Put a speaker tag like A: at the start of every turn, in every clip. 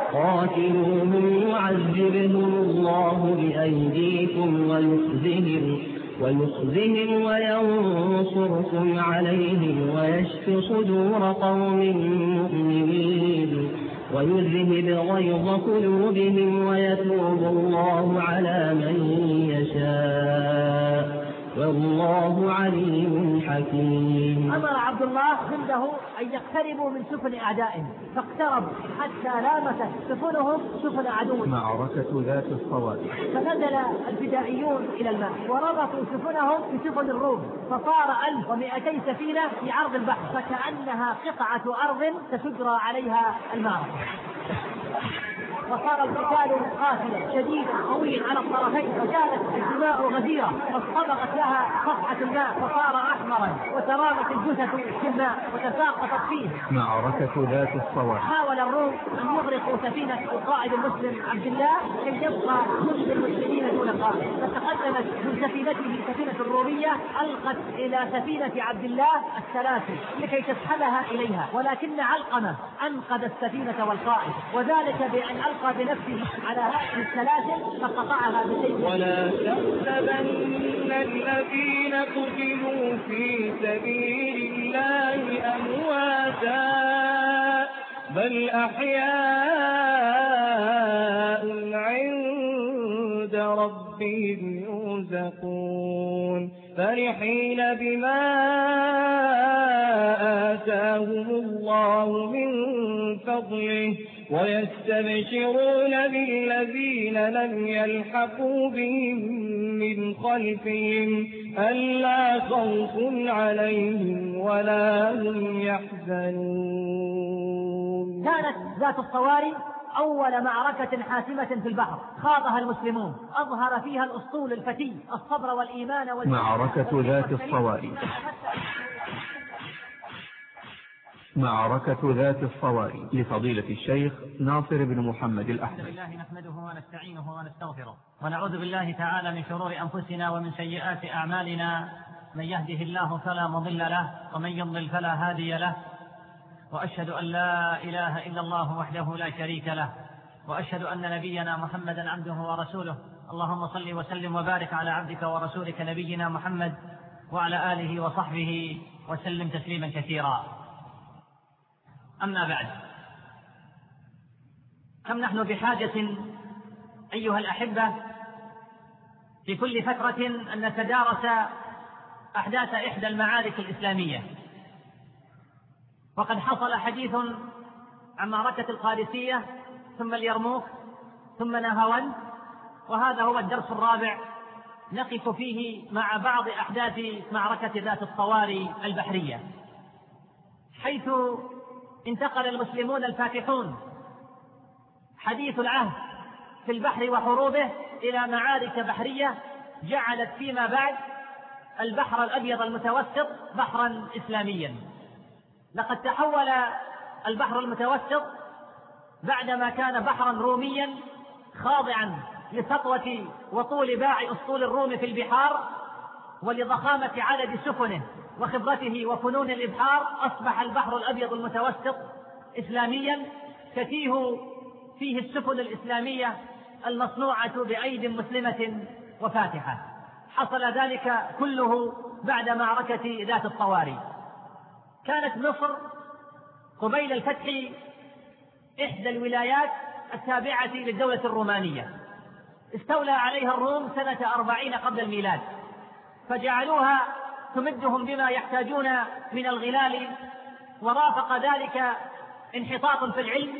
A: قاتلوهم يعذبهم الله بأيديكم ويخزهم وينصركم عليهم ويشف صدور قوم مؤمنين ويذهب غيظ قلوبهم ويتوب الله على من يشاء والله عليم حكيم.
B: أمر عبد الله عنده أن يقتربوا من سفن أعدائهم فاقتربوا حتى لامست سفنهم سفن عدوهم.
C: معركة ذات الصواري.
B: فنزل الفدائيون إلى الماء وربطوا سفنهم بسفن الروم فصار 1200 سفينة في عرض البحر فكأنها قطعة أرض تسجرى عليها المعركة. وصار القتال قاتلا شديدا قويا على الطرفين فكانت الدماء غزيرة فاصطبغت لها صفحة الماء فصار أحمرا وترامت الجثث في الماء وتساقطت فيه.
C: معركة ذات الصواري.
B: حاول الروم أن يغرقوا سفينة القائد المسلم عبد الله كي يبقى جند المسلمين دون قائد فتقدمت من سفينته سفينة الرومية ألقت إلى سفينة عبد الله السلاسل لكي تسحبها إليها ولكن علقمة أنقذ السفينة والقائد وذلك بأن ألقى بنفسه على هذه السلاسل فقطعها بسيفه.
A: ولا تحسبن الذين قتلوا في سبيل الله أمواتا بل أحياء عند ربهم يرزقون فرحين بما آتاهم الله من فضله ويستبشرون بالذين لم يلحقوا بهم من خلفهم ألا خوف عليهم ولا هم يحزنون.
B: كانت ذات الصواري أول معركة حاسمة في البحر خاضها المسلمون أظهر فيها الأسطول الفتي الصبر والإيمان
C: معركة ذات الصواري. معركة ذات الصواري لفضيلة الشيخ ناصر بن محمد الأحمد.
D: بسم الله نحمده ونستعينه ونستغفره ونعوذ بالله تعالى من شرور أنفسنا ومن سيئات أعمالنا من يهده الله فلا مضل له ومن يضلل فلا هادي له وأشهد أن لا إله إلا الله وحده لا شريك له وأشهد أن نبينا محمدا عبده ورسوله. اللهم صل وسلم وبارك على عبدك ورسولك نبينا محمد وعلى آله وصحبه وسلم تسليما كثيرا. أما بعد، كم نحن بحاجة أيها الأحبة في كل فترة أن نتدارس أحداث إحدى المعارك الإسلامية. وقد حصل حديث عن معركة القادسية ثم اليرموك ثم نهاوند، وهذا هو الدرس الرابع نقف فيه مع بعض أحداث معركة ذات الصواري البحرية، حيث انتقل المسلمون الفاتحون حديث العهد في البحر وحروبه إلى معارك بحرية جعلت فيما بعد البحر الأبيض المتوسط بحرا إسلاميا. لقد تحول البحر المتوسط بعدما كان بحرا روميا خاضعا لسطوة وطول باع أسطول الروم في البحار ولضخامة عدد سفنه وخبرته وفنون الإبحار، أصبح البحر الأبيض المتوسط إسلاميا تتيه فيه السفن الإسلامية المصنوعة بأيد مسلمة وفاتحة. حصل ذلك كله بعد معركة ذات الصواري. كانت مصر قبيل الفتح إحدى الولايات التابعة للدولة الرومانية، استولى عليها الروم سنة 40 قبل الميلاد، فجعلوها تمدهم بما يحتاجون من الغلال، ورافق ذلك انحطاط في العلم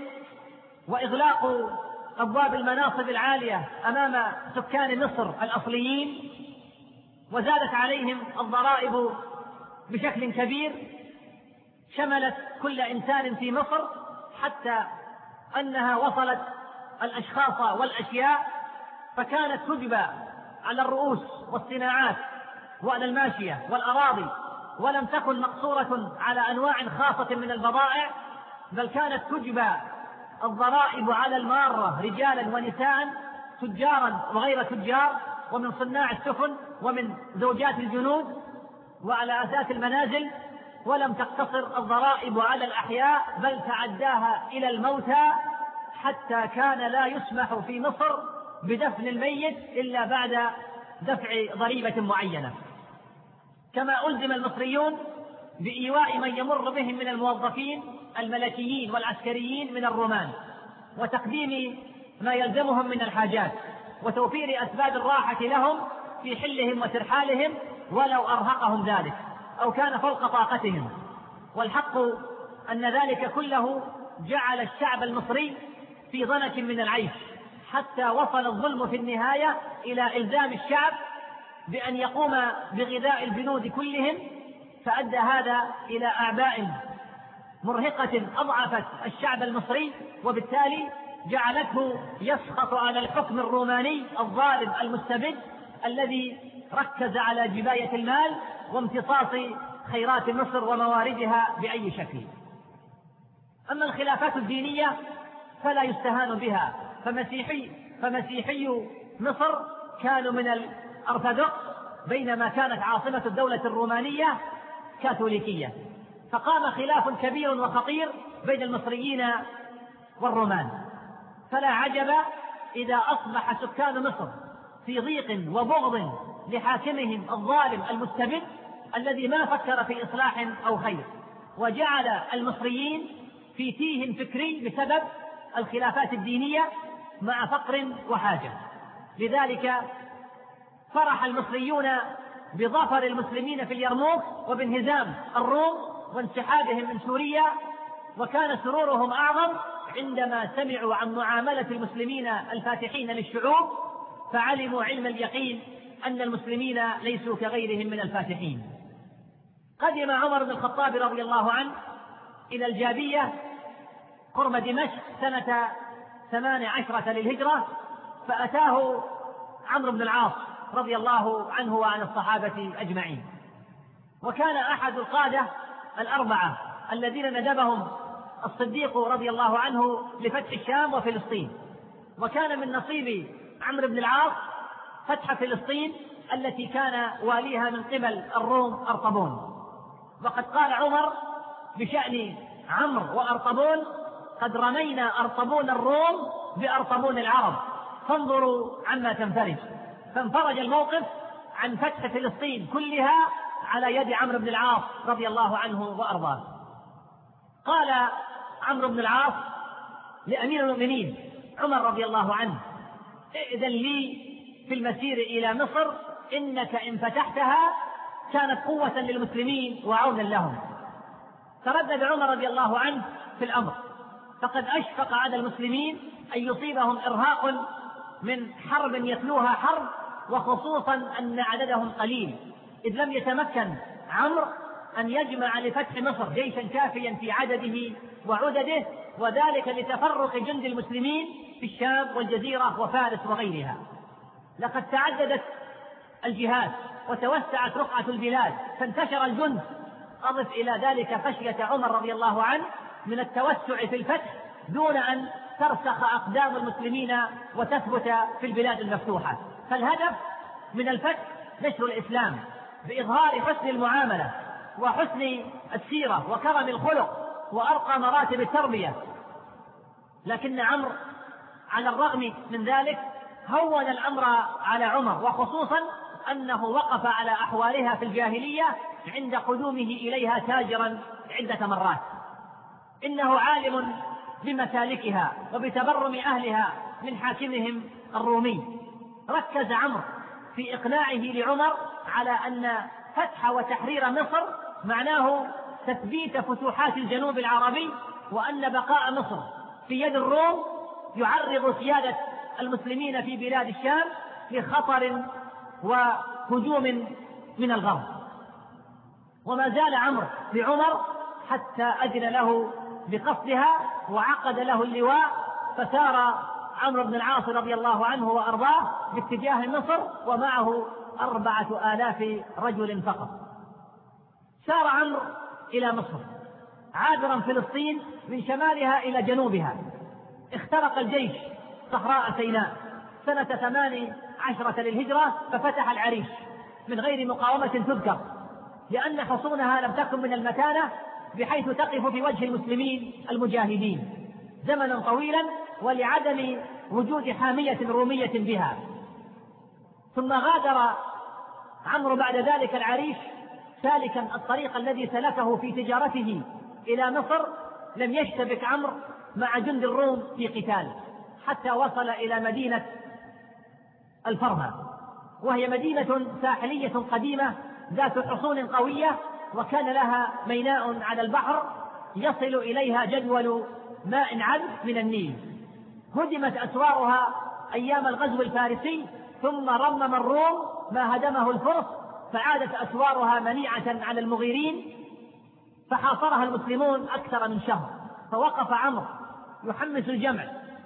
D: وإغلاق أبواب المناصب العالية أمام سكان مصر الأصليين، وزادت عليهم الضرائب بشكل كبير شملت كل إنسان في مصر، حتى أنها وصلت الأشخاص والأشياء، فكانت تجبى على الرؤوس والصناعات وعلى الماشية والأراضي، ولم تكن مقصورة على أنواع خاصة من البضائع، بل كانت تجبى الضرائب على المارة رجالا ونساء، تجارا وغير تجار، ومن صناع السفن ومن زوجات الجنود وعلى أساس المنازل. ولم تقتصر الضرائب على الأحياء بل تعداها إلى الموتى،
B: حتى كان لا يسمح في مصر بدفن الميت إلا بعد دفع ضريبة معينة. كما ألزم المصريون بإيواء من يمر بهم من الموظفين الملكيين والعسكريين من الرومان، وتقديم ما يلزمهم من الحاجات، وتوفير أسباب الراحة لهم في حلهم وترحالهم ولو أرهقهم ذلك أو كان فوق طاقتهم. والحق أن ذلك كله جعل الشعب المصري في ضنك من العيش، حتى وصل الظلم في النهاية إلى إلزام الشعب بأن يقوم بغذاء الجنود كلهم، فأدى هذا إلى أعباء مرهقة أضعفت الشعب المصري، وبالتالي جعلته يسخط على الحكم الروماني الظالم المستبد الذي ركز على جباية المال وامتصاص خيرات مصر ومواردها بأي شكل. أما الخلافات الدينية فلا يستهان بها، فمسيحي مصر كانوا من الأرثوذكس، بينما كانت عاصمة الدولة الرومانية كاثوليكية، فقام خلاف كبير وخطير بين المصريين والرومان. فلا عجب إذا أصبح سكان مصر في ضيق وبغض لحاكمهم الظالم المستبد الذي ما فكر في إصلاح أو خير، وجعل المصريين في تيه فكري بسبب الخلافات الدينية مع فقر وحاجة. لذلك فرح المصريون بظفر المسلمين في اليرموك وبانهزام الروم وانسحابهم من سوريا، وكان سرورهم أعظم عندما سمعوا عن معاملة المسلمين الفاتحين للشعوب، فعلموا علم اليقين أن المسلمين ليسوا كغيرهم من الفاتحين. قدم عمر بن الخطاب رضي الله عنه إلى الجابية قرب دمشق سنة 18 للهجرة، فأتاه عمرو بن العاص رضي الله عنه وعن الصحابة أجمعين، وكان أحد القادة الأربعة الذين ندبهم الصديق رضي الله عنه لفتح الشام وفلسطين، وكان من نصيب عمرو بن العاص فتح فلسطين التي كان واليها من قبل الروم أرطبون. وقد قال عمر بشأن عمرو وأرطبون: قد رمينا أرطبون الروم بأرطبون العرب، فانظروا عما تنفرج. فانفرج الموقف عن فتح فلسطين كلها على يد عمرو بن العاص رضي الله عنه وأرضاه. قال عمرو بن العاص لأمير المؤمنين عمر رضي الله عنه: ائذن لي في المسير إلى مصر، إنك إن فتحتها كانت قوة للمسلمين وعونا لهم. تردد عمر رضي الله عنه في الأمر، فقد أشفق على المسلمين أن يصيبهم إرهاق من حرب يتلوها حرب، وخصوصا أن عددهم قليل، إذ لم يتمكن عمرو أن يجمع لفتح مصر جيشا كافيا في عدده وعدده، وذلك لتفرق جند المسلمين في الشام والجزيرة وفارس وغيرها. لقد تعددت الجهات وتوسعت رقعة البلاد فانتشر الجند. أضف إلى ذلك خشية عمر رضي الله عنه من التوسع في الفتح دون أن ترسخ أقدام المسلمين وتثبت في البلاد المفتوحة. فالهدف من الفتح نشر الإسلام بإظهار حسن المعاملة وحسن السيرة وكرم الخلق وأرقى مراتب التربية. لكن عمرو على الرغم من ذلك هون الأمر على عمر، وخصوصا أنه وقف على أحوالها في الجاهلية عند قدومه إليها تاجرا عدة مرات. إنه عالم بمسالكها وبتبرم أهلها من حاكمهم الرومي. ركز عمرو في إقناعه لعمر على أن فتح وتحرير مصر معناه تثبيت فتوحات الجنوب العربي، وأن بقاء مصر في يد الروم يعرض سيادة المسلمين في بلاد الشام لخطر وهجوم من الغرب. وما زال عمرو بعمر حتى أذن له بقصدها وعقد له اللواء، فسار عمرو بن العاص رضي الله عنه وأرضاه باتجاه مصر ومعه 4000 رجل فقط. سار عمرو إلى مصر عابرا فلسطين من شمالها إلى جنوبها. اخترق الجيش صحراء سيناء سنة 18 للهجرة، ففتح العريش من غير مقاومة تذكر، لأن حصونها لم تكن من المتانة بحيث تقف في وجه المسلمين المجاهدين. زمنا طويلا ولعدم وجود حامية رومية بها. ثم غادر عمرو بعد ذلك العريش سالكا الطريق الذي سلكه في تجارته إلى مصر. لم يشتبك عمرو مع جند الروم في قتال حتى وصل إلى مدينة الفرها، وهي مدينة ساحلية قديمة ذات حصون قوية، وكان لها ميناء على البحر يصل إليها جدول ماء عذب من النيل. هدمت أسوارها أيام الغزو الفارسي، ثم رمم الروم ما هدمه الفرس، فعادت أسوارها منيعة على المغيرين، فحاصرها المسلمون أكثر من شهر. فوقف عمرو يحمس الجمع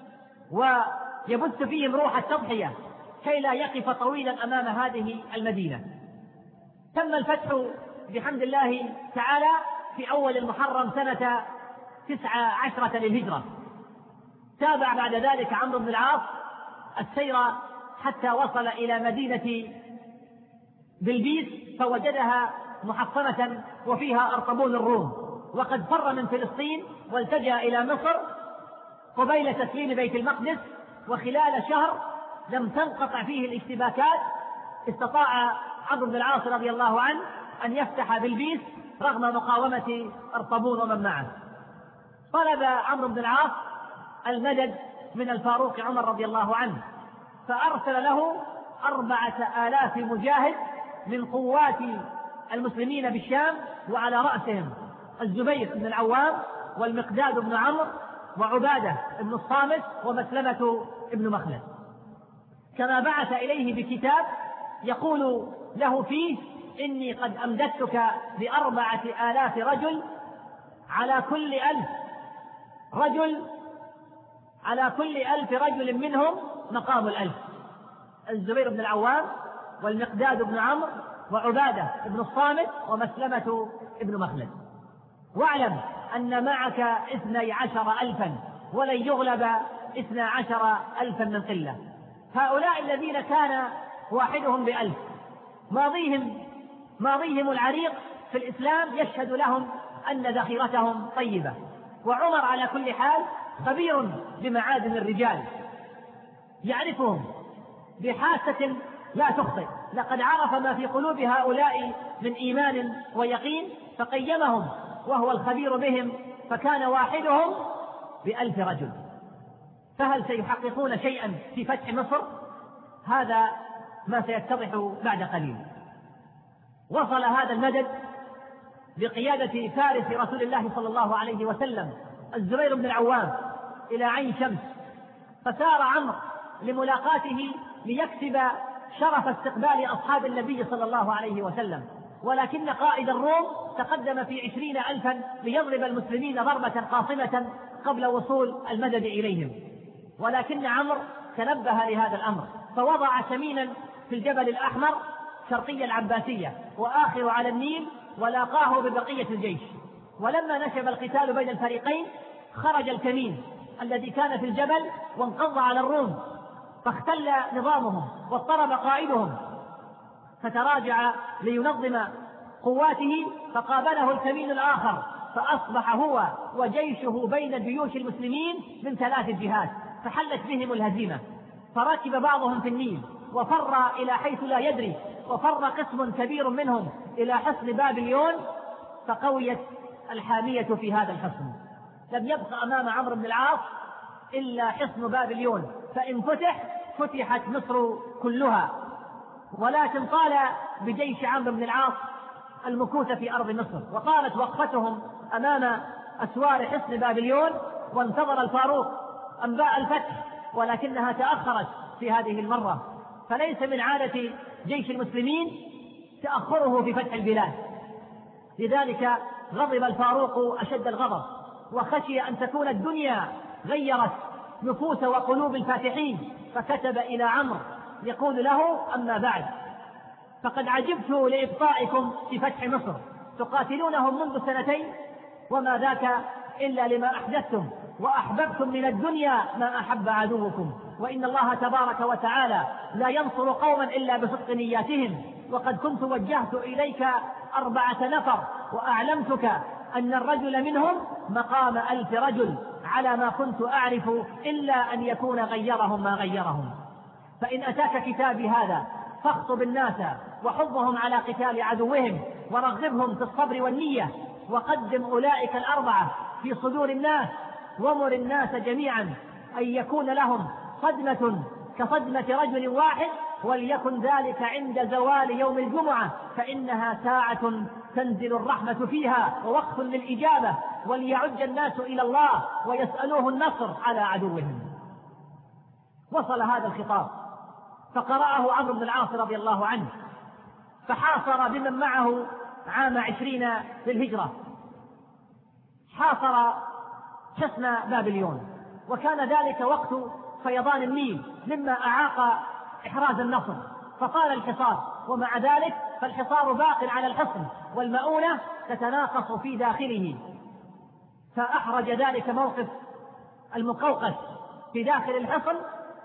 B: ويبث فيهم روح التضحية كي لا يقف طويلا أمام هذه المدينة. تم الفتح بحمد الله تعالى في أول المحرم سنة 19 للهجرة. تابع بعد ذلك عمرو بن العاص السير حتى وصل إلى مدينة بلبيس، فوجدها محصنة وفيها أرطبون الروم، وقد فر من فلسطين والتجأ إلى مصر قبيل تسليم بيت المقدس. وخلال شهر لم تنقطع فيه الاشتباكات استطاع عمرو بن العاص رضي الله عنه أن يفتح بلبيس رغم مقاومة أرطبون ومن معه. طلب عمرو بن العاص المدد من الفاروق عمر رضي الله عنه، فأرسل له 4000 مجاهد من قوات المسلمين بالشام، وعلى رأسهم الزبير بن العوام والمقداد بن عمرو وعبادة بن الصامت ومسلمة بن مخلد. كما بعث إليه بكتاب يقول له فيه: إني قد أمددتك ب4000 رجل، على كل 1000 رجل منهم مقام 1000. الزبير بن العوام والمقداد بن عمرو وعبادة بن الصامت ومسلمة بن مخلد. واعلم أن معك 12,000 ولن يغلب 12,000 من قلة. هؤلاء الذين كان واحدهم ب1000 ماضيهم العريق في الإسلام يشهد لهم أن ذخيرتهم طيبة. وعمر على كل حال خبير بمعادن الرجال، يعرفهم بحاسة لا تخطئ. لقد عرف ما في قلوب هؤلاء من إيمان ويقين فقيمهم وهو الخبير بهم، فكان واحدهم ب1000 رجل. فهل سيحققون شيئا في فتح مصر؟ هذا ما سيتضح بعد قليل. وصل هذا المدد بقيادة فارس رسول الله صلى الله عليه وسلم الزبير بن العوام إلى عين شمس، فسار عمرو لملاقاته ليكسب شرف استقبال أصحاب النبي صلى الله عليه وسلم. ولكن قائد الروم تقدم في 20,000 ليضرب المسلمين ضربة قاصمة قبل وصول المدد إليهم، ولكن عمرو تنبه لهذا الأمر فوضع كمينا في الجبل الأحمر شرقي العباسية وآخر على النيل، ولاقاه ببقية الجيش. ولما نشب القتال بين الفريقين خرج الكمين الذي كان في الجبل وانقض على الروم، فاختل نظامهم واضطرب قائدهم، فتراجع لينظم قواته، فقابله الكمين الآخر، فأصبح هو وجيشه بين جيوش المسلمين من 3 جهات، فحلت بهم الهزيمة. فركب بعضهم في النيل وفر إلى حيث لا يدري، وفر قسم كبير منهم إلى حصن بابليون، فقويت الحامية في هذا الحصن. لم يبق أمام عمرو بن العاص إلا حصن بابليون، فإن فتحت مصر كلها. ولكن طال بجيش عمرو بن العاص المكوث في أرض مصر، وطالت وقفتهم أمام أسوار حصن بابليون، وانتظر الفاروق أنباء الفتح، ولكنها تأخرت في هذه المرة. فليس من عادة جيش المسلمين تأخره في فتح البلاد، لذلك غضب الفاروق أشد الغضب، وخشي أن تكون الدنيا غيرت نفوس وقلوب الفاتحين، فكتب إلى عمرو يقول له: أما بعد، فقد عجبت لإبطائكم في فتح مصر، تقاتلونهم منذ 2 وما ذاك إلا لما أحدثتم، وأحببتم من الدنيا ما أحب عدوكم، وإن الله تبارك وتعالى لا ينصر قوما إلا بصدق نياتهم. وقد كنت وجهت إليك 4 نفر وأعلمتك أن الرجل منهم مقام 1000 رجل، على ما كنت أعرف إلا أن يكون غيرهم ما غيرهم. فإن أتاك كتابي هذا فاخطب الناس وحضهم على قتال عدوهم ورغبهم في الصبر والنية، وقدم أولئك الأربعة في صدور الناس، وامر الناس جميعا أن يكون لهم صدمة كصدمة رجل واحد، وليكن ذلك عند زوال يوم الجمعة، فإنها ساعة تنزل الرحمة فيها ووقت للإجابة، وليعج الناس إلى الله ويسألوه النصر على عدوهم. وصل هذا الخطاب فقرأه عمرو بن العاص رضي الله عنه، فحاصر بمن معه عام 20 للهجرة، حاصر حصن بابليون، وكان ذلك وقت فيضان النيل مما أعاق إحراز النصر فطال الحصار، ومع ذلك فالحصار باق على الحصن والمؤونة تتناقص في داخله، فأحرج ذلك موقف المقوقس في داخل الحصن،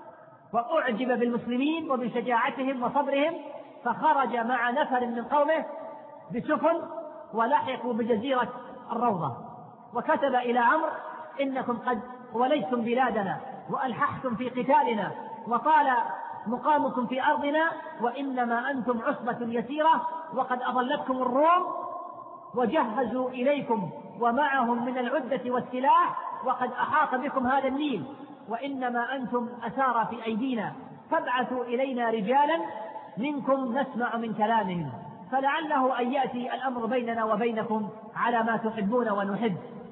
B: وأعجب بالمسلمين وبشجاعتهم وصبرهم، فخرج مع نفر من قومه بسفن ولحقوا بجزيرة الروضة، وكتب إلى عمرو: إنكم قد وليتم بلادنا وألححتم في قتالنا وطال مقامكم في أرضنا، وإنما أنتم عصبة يسيرة، وقد أضلتكم الروم وجهزوا إليكم ومعهم من العدة والسلاح، وقد أحاط بكم هذا النيل، وإنما أنتم أسارى في أيدينا، فابعثوا إلينا رجالا منكم نسمع من كلامهم، فلعله أن يأتي الأمر بيننا وبينكم على ما تحبون ونحب،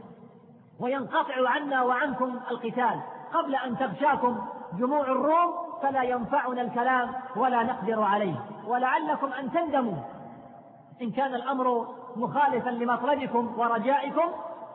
B: وينقطع عنا وعنكم القتال قبل أن تغشاكم جموع الروم، فلا ينفعنا الكلام ولا نقدر عليه، ولعلكم أن تندموا إن كان الأمر مخالفا لمطلبكم ورجائكم،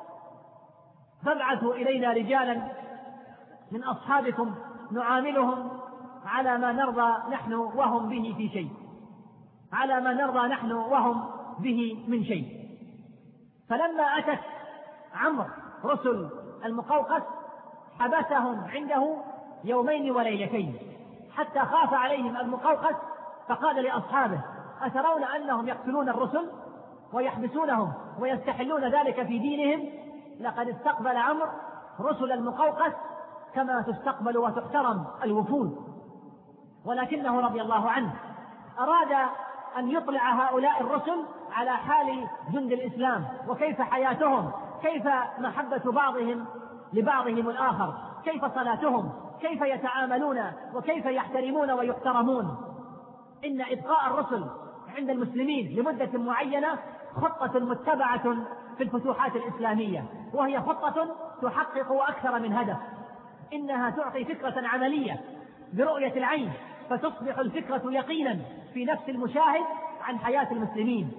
B: فابعثوا إلينا رجالا من أصحابكم نعاملهم على ما نرضى نحن وهم به في شيء، على ما نرضى نحن وهم به من شيء. فلما أتت عمرو رسل المقوقس حبسهم عنده 2 وليلتين حتى خاف عليهم المقوقس، فقال لأصحابه: أترون أنهم يقتلون الرسل ويحبسونهم ويستحلون ذلك في دينهم؟ لقد استقبل عمرو رسل المقوقس كما تستقبل وتحترم الوفود، ولكنه رضي الله عنه أراد أن يطلع هؤلاء الرسل على حال جند الإسلام وكيف حياتهم، كيف محبة بعضهم لبعضهم الآخر، كيف صلاتهم، كيف يتعاملون وكيف يحترمون ويحترمون. إن إبقاء الرسل عند المسلمين لمدة معينة خطة متبعة في الفتوحات الإسلامية، وهي خطة تحقق أكثر من هدف. إنها تعطي فكرة عملية برؤية العين، فتصبح الفكرة يقينا في نفس المشاهد عن حياة المسلمين،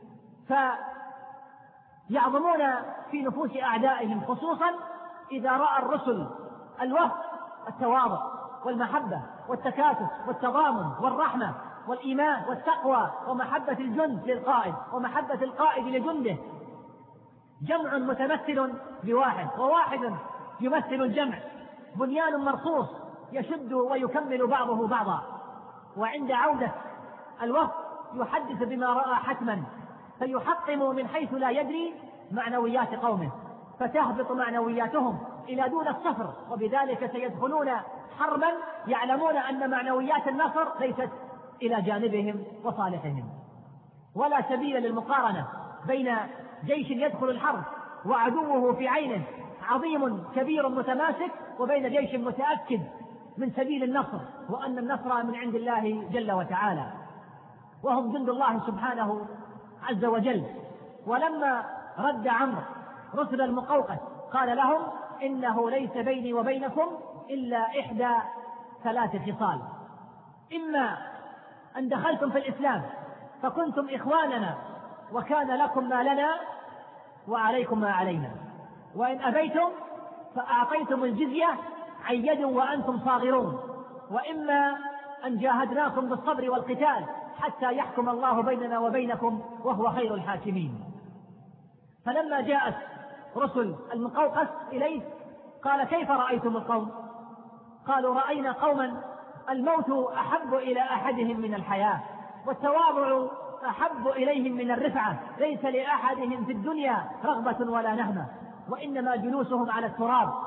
B: فيعظمون في نفوس أعدائهم، خصوصا إذا رأى الرسل الوفد التواضع والمحبة والتكاتف والتضامن والرحمة والإيمان والتقوى ومحبة الجند للقائد ومحبة القائد لجنده، جمع متمثل بواحد، وواحد يمثل الجمع، بنيان مرصوص يشد ويكمل بعضه بعضا. وعند عودة الوفد يحدث بما رأى حتما، فيحطم من حيث لا يدري معنويات قومه، فتهبط معنوياتهم إلى دون الصفر، وبذلك سيدخلون حربا يعلمون أن معنويات النصر ليست إلى جانبهم وصالحهم. ولا سبيل للمقارنة بين جيش يدخل الحرب وعدوه في عينه عظيم كبير متماسك، وبين جيش متأكد من سبيل النصر وأن النصر من عند الله جل وتعالى، وهم جند الله سبحانه عز وجل. ولما رد عمرو رسل المقوقس قال لهم: إنه ليس بيني وبينكم إلا إحدى 3 خصال: إما أن دخلتم في الإسلام فكنتم إخواننا وكان لكم ما لنا وعليكم ما علينا، وإن أبيتم فأعطيتم الجزية عن يد وأنتم صاغرون، وإما أن جاهدناكم بالصبر والقتال حتى يحكم الله بيننا وبينكم وهو خير الحاكمين. فلما جاءت رسل المقوقس إليه قال: كيف رأيتم القوم؟ قالوا: رأينا قوما الموت أحب إلى أحدهم من الحياة، والتواضع أحب إليهم من الرفعة، ليس لأحدهم في الدنيا رغبة ولا نهمة، وإنما جلوسهم على التراب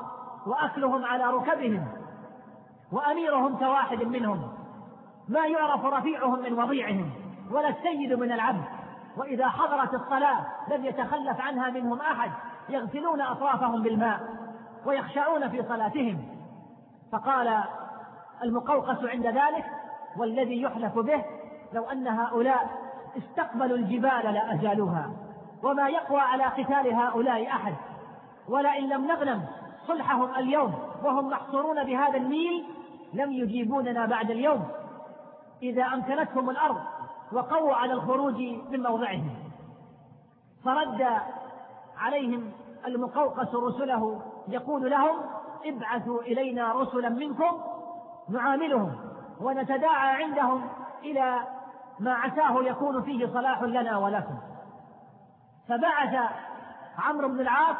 B: وأكلهم على ركبهم، وأميرهم كواحد منهم، ما يعرف رفيعهم من وضيعهم ولا السيد من العبد، وإذا حضرت الصلاة لم يتخلف عنها منهم أحد، يغسلون أطرافهم بالماء ويخشعون في صلاتهم. فقال المقوقس عند ذلك: والذي يحلف به لو أن هؤلاء استقبلوا الجبال لأزالوها، وما يقوى على قتال هؤلاء أحد، ولئن لم نغنم صلحهم اليوم وهم محصورون بهذا النيل لم يجيبوننا بعد اليوم إذا أمكنتهم الأرض وقووا على الخروج من موضعهم. فرد عليهم المقوقس رسله يقول لهم: ابعثوا إلينا رسلا منكم نعاملهم ونتداعى عندهم إلى ما عساه يكون فيه صلاح لنا ولكم. فبعث عمرو بن العاص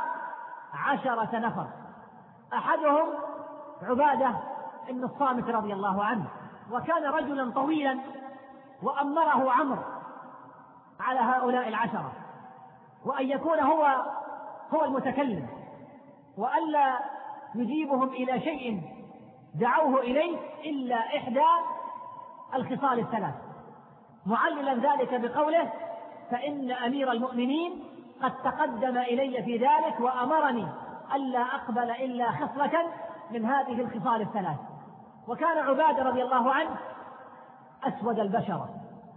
B: 10 نفر، أحدهم عبادة بن الصامت رضي الله عنه، وكان رجلا طويلا، وأمره عمرو على هؤلاء 10، وأن يكون هو المتكلم، وألا يجيبهم إلى شيء دعوه إليه إلا إحدى الخصال الثلاث، معللا ذلك بقوله: فإن أمير المؤمنين قد تقدم إلي في ذلك وأمرني ألا أقبل إلا خصلة من هذه الخصال الثلاث. وكان عبادة رضي الله عنه أسود البشرة،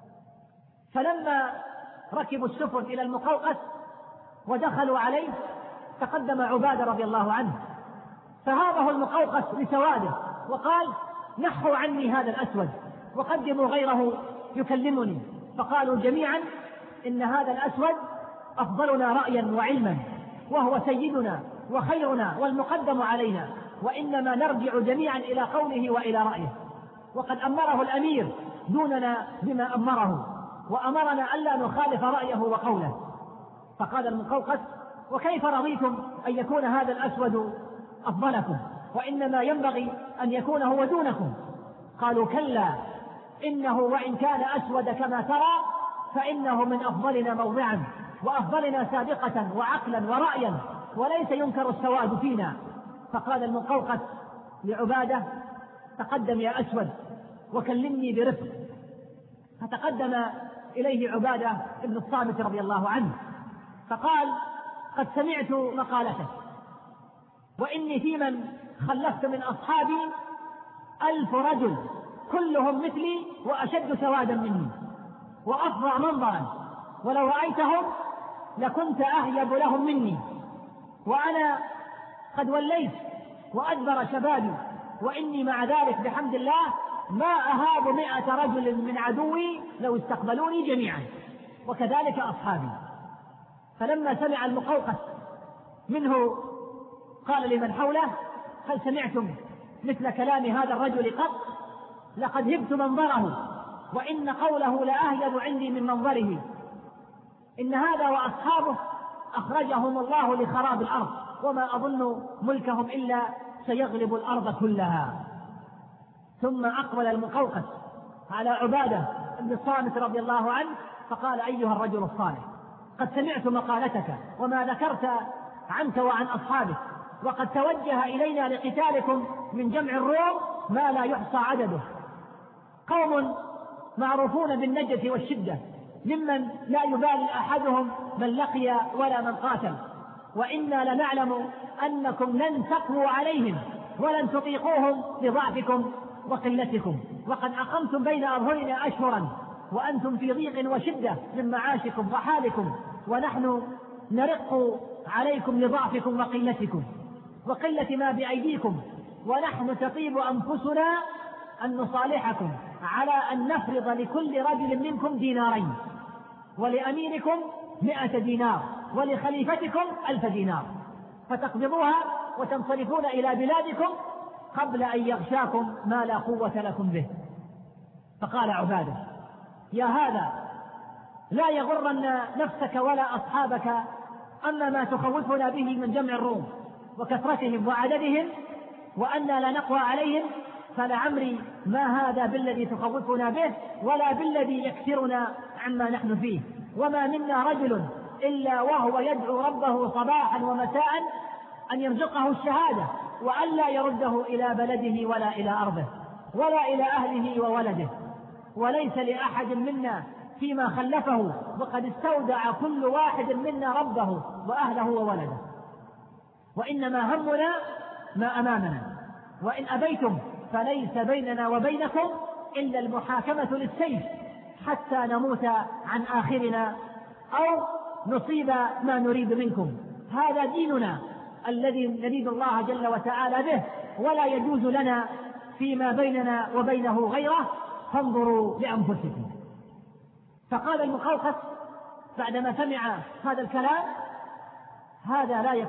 B: فلما ركبوا السفن إلى المقوقس ودخلوا عليه تقدم عبادة رضي الله عنه، فهابه المقوقس لسواده وقال: نحوا عني هذا الأسود وقدموا غيره يكلمني. فقالوا جميعا: إن هذا الأسود أفضلنا رأيا وعلما، وهو سيدنا وخيرنا والمقدم علينا، وإنما نرجع جميعا إلى قوله وإلى رأيه، وقد أمره الأمير دوننا بما أمره، وأمرنا ألا نخالف رأيه وقوله. فقال المقوقس: وكيف رضيتم أن يكون هذا الأسود أفضلكم، وإنما ينبغي أن يكون هو دونكم؟ قالوا: كلا، إنه وإن كان أسود كما ترى فإنه من أفضلنا موضعا وأفضلنا سابقة وعقلا ورأيا، وليس ينكر السواد فينا. فقال المقوقس لعبادة: تقدم يا أسود وكلمني برفق. فتقدم إليه عبادة بن الصامت رضي الله عنه فقال: قد سمعت مقالتك، وإني في من خلفت من أصحابي 1000 رجل كلهم مثلي وأشد سوادا مني وأفظع منظرا، ولو رأيتهم لكنت أهيب لهم مني، وأنا قد وليت وأدبر شبابي، وإني مع ذلك بحمد الله ما أهاب 100 رجل من عدوي لو استقبلوني جميعا، وكذلك أصحابي. فلما سمع المقوقس منه قال لمن حوله: هل سمعتم مثل كلام هذا الرجل قط؟ لقد هبت منظره، وإن قوله لأهيب عندي من منظره. إن هذا وأصحابه أخرجهم الله لخراب الأرض، وما أظن ملكهم إلا سيغلب الأرض كلها. ثم أقبل المقوقس على عبادة بن الصامت رضي الله عنه فقال: أيها الرجل الصالح، قد سمعت مقالتك وما ذكرت عنك وعن أصحابك، وقد توجه إلينا لقتالكم من جمع الروم ما لا يحصى عدده، قوم معروفون بالنجدة والشدة، ممن لا يبالي أحدهم من لقي ولا من قاتل، وإنا لنعلم أنكم لن تقووا عليهم ولن تطيقوهم لضعفكم وقلتكم، وقد أقمتم بين أظهرنا أشهرا وأنتم في ضيق وشدة من معاشكم وحالكم، ونحن نرق عليكم لضعفكم وقلتكم وقلة ما بأيديكم، ونحن تطيب أنفسنا أن نصالحكم على أن نفرض لكل رجل منكم 2 دينار، ولأميركم 100 دينار، ولخليفتكم 1000 دينار، فتقبضوها وتنصرفون إلى بلادكم قبل أن يغشاكم ما لا قوة لكم به. فقال عبادة: يا هذا، لا يغرن نفسك ولا أصحابك أما ما تخوفنا به من جمع الروم وكثرتهم وعددهم وأننا لا نقوى عليهم، فلعمري ما هذا بالذي تخوفنا به ولا بالذي يكثرنا عما نحن فيه، وما منا رجل إلا وهو يدعو ربه صباحا ومساء أن يرزقه الشهادة، وألا يرده إلى بلده ولا إلى أرضه ولا إلى أهله وولده، وليس لأحد منا فيما خلفه، وقد استودع كل واحد منا ربه وأهله وولده، وإنما همنا ما أمامنا، وإن أبيتم فليس بيننا وبينكم إلا المحاكمة للسيف حتى نموت عن آخرنا أو نصيب ما نريد منكم. هذا ديننا الذي نريد الله جل وتعالى به، ولا يجوز لنا فيما بيننا وبينه غيره، فانظروا لأنفسكم. فقال المقوقس بعدما سمع هذا الكلام: هذا لا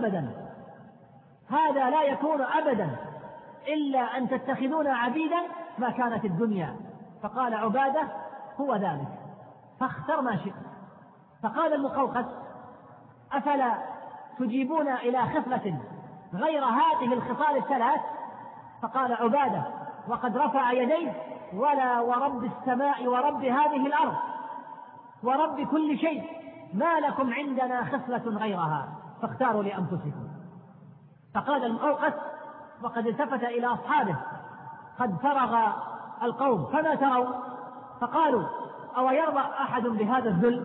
B: يكون أبدا إلا أن تتخذون عبيدا ما كانت الدنيا. فقال عبادة: هو ذلك، فاختر ما شئت. فقال المقوقس: أفلا تجيبون إلى خصلة غير هذه الخصال الثلاث؟ فقال عبادة وقد رفع يديه: ولا ورب السماء ورب هذه الأرض ورب كل شيء، ما لكم عندنا خصلة غيرها، فاختاروا لأنفسكم. فقال المقوقس وقد التفت إلى أصحابه: قد فرغ القوم، فما تروا؟ فقالوا: أو يرضى أحد بهذا الذل؟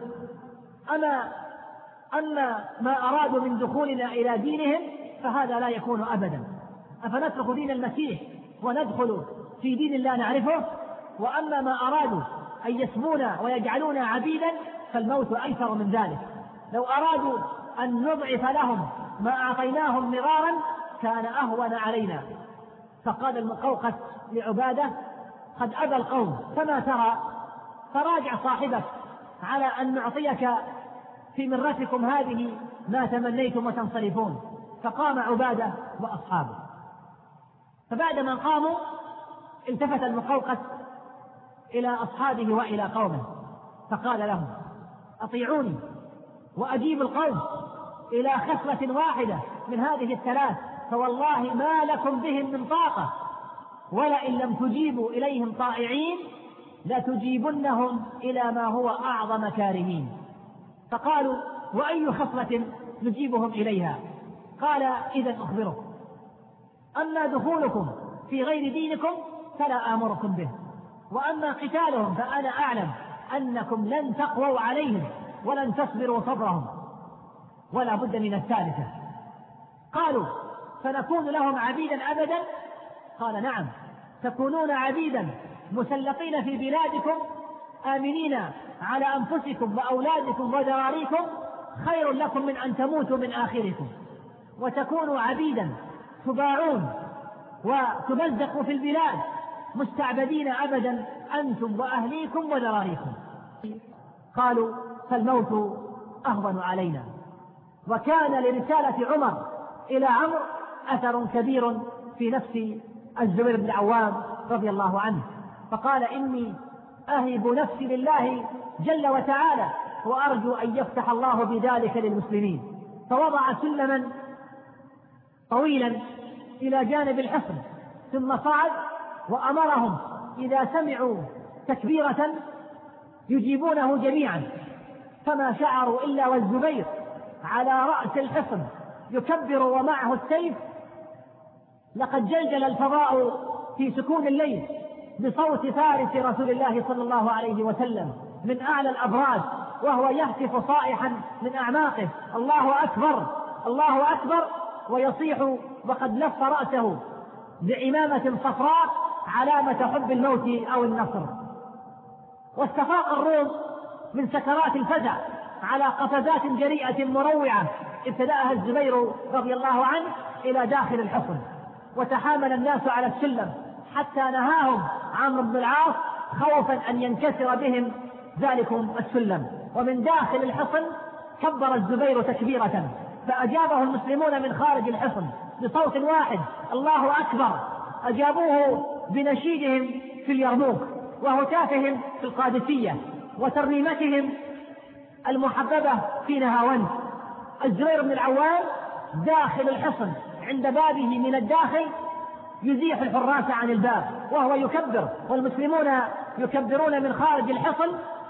B: أما ما أرادوا من دخولنا إلى دينهم فهذا لا يكون أبدا. أفنترك دين المسيح وندخل في دين لا نعرفه؟ وأما ما أرادوا أن يسمونا ويجعلونا عبيدا فالموت أيسر من ذلك. لو أرادوا أن نضعف لهم ما أعطيناهم مرارا كان أهون علينا. فقال المقوقس لعبادة: قد أبى القوم، فما ترى؟ فراجع صاحبك على أن نعطيك في مرتكم هذه ما تمنيتم وتنصرفون. فقام عبادة وأصحابه. فبعدما قاموا التفت المقوقس إلى أصحابه وإلى قومه فقال لهم: أطيعوني وأجيب القوم إلى خصلة واحدة من هذه الثلاث، فوالله ما لكم بهم من طاقة، ولئن لم تجيبوا إليهم طائعين لتجيبنهم إلى ما هو أعظم كارهين. فقالوا: وأي خصلة نجيبهم إليها؟ قال: إذن أخبركم، أما دخولكم في غير دينكم فلا آمركم به، وأما قتالهم فأنا أعلم أنكم لن تقووا عليهم ولن تصبروا صبرهم، ولا بد من الثالثة. قالوا: فنكون لهم عبيدا أبدا؟ قال: نعم، تكونون عبيدا مسلطين في بلادكم آمنين على أنفسكم وأولادكم وذراريكم، خير لكم من أن تموتوا من آخركم، وتكونوا عبيدا تباعون وتمزقوا في البلاد مستعبدين أبدا أنتم وأهليكم وذراريكم. قالوا: فالموت أهون علينا. وكان لرسالة عمر إلى عمرو أثر كبير في نفس الزبير بن العوام رضي الله عنه، فقال: إني أهب نفسي لله جل وتعالى وأرجو أن يفتح الله بذلك للمسلمين. فوضع سلما طويلا إلى جانب الحصن، ثم صعد وأمرهم إذا سمعوا تكبيرة يجيبونه جميعا، فما شعروا إلا والزبير على رأس الحصن يكبر ومعه السيف. لقد جلجل الفضاء في سكون الليل بصوت فارس رسول الله صلى الله عليه وسلم من أعلى الأبراج، وهو يهتف صائحا من أعماقه: الله أكبر الله أكبر، ويصيح وقد لف رأسه بعمامة صفراء علامة حب الموت أو النصر. واستفاق الروم من سكرات الفزع على قفزات جريئة مروعة ابتدأها الزبير رضي الله عنه إلى داخل الحصن، وتحامل الناس على السلم حتى نهاهم عمرو بن العاص خوفا أن ينكسر بهم ذلكم السلم. ومن داخل الحصن كبر الزبير تكبيرة، فأجابه المسلمون من خارج الحصن بصوت واحد: الله أكبر. أجابوه بنشيدهم في اليرموك، وهتافهم في القادسية، وترنيمتهم المحببة في نهاوند. الزبير بن العوام داخل الحصن عند بابه من الداخل يزيح الحراس عن الباب وهو يكبر، والمسلمون يكبرون من خارج الحصن.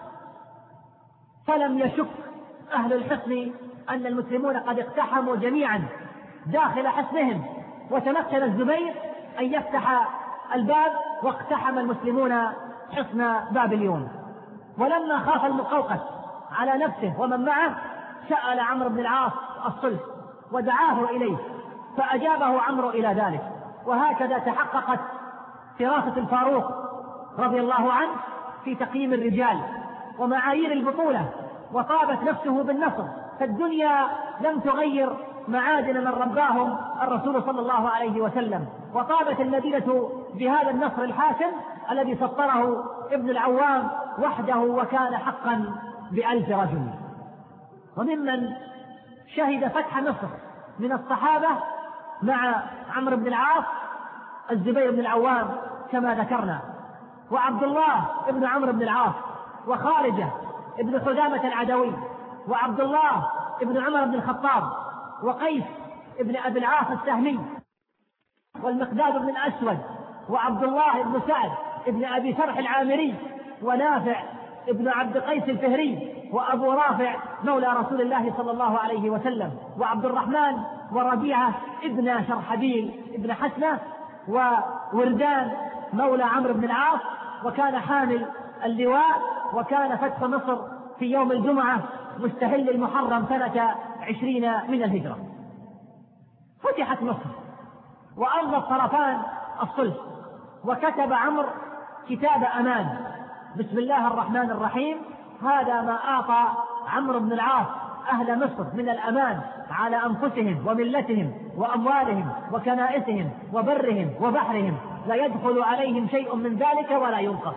B: فلم يشك أهل الحصن أن المسلمون قد اقتحموا جميعا داخل حصنهم، وتمكن الزبير أن يفتح الباب، واقتحم المسلمون حصن بابليون. ولما خاف المقوقس على نفسه ومن معه سأل عمرو بن العاص الصلح ودعاه إليه، فأجابه عمرو إلى ذلك. وهكذا تحققت فراسة الفاروق رضي الله عنه في تقييم الرجال ومعايير البطولة، وطابت نفسه بالنصر. فالدنيا لم تغير معادن من رباهم الرسول صلى الله عليه وسلم، وطابت المدينة بهذا النصر الحاسم الذي سطره ابن العوام وحده، وكان حقا ب1000 رجل. وممن شهد فتح مصر من الصحابة مع عمرو بن العاص الزبير بن العوام كما ذكرنا، وعبد الله بن عمرو بن العاص، وخارجة ابن حذامة العدوي، وعبد الله بن عمر بن الخطاب، وقيس ابن أبي العاص السهمي، والمقداد بن الأسود، وعبد الله بن سعد ابن أبي سرح العامري، ونافع ابن عبد قيس الفهري، وأبو رافع مولى رسول الله صلى الله عليه وسلم، وعبد الرحمن وربيعة ابن شرحبيل ابن حسنة، ووردان مولى عمرو بن العاص، وكان حامل اللواء. وكان فتح مصر في يوم الجمعة مستهل المحرم سنة 20 من الهجرة. فتحت مصر وأمضى الطرفان الصلح، وكتب عمرو كتاب أمان: بسم الله الرحمن الرحيم، هذا ما أعطى عمرو بن العاص أهل مصر من الأمان على أنفسهم وملتهم وأموالهم وكنائسهم وبرهم وبحرهم، لا يدخل عليهم شيء من ذلك ولا ينقص.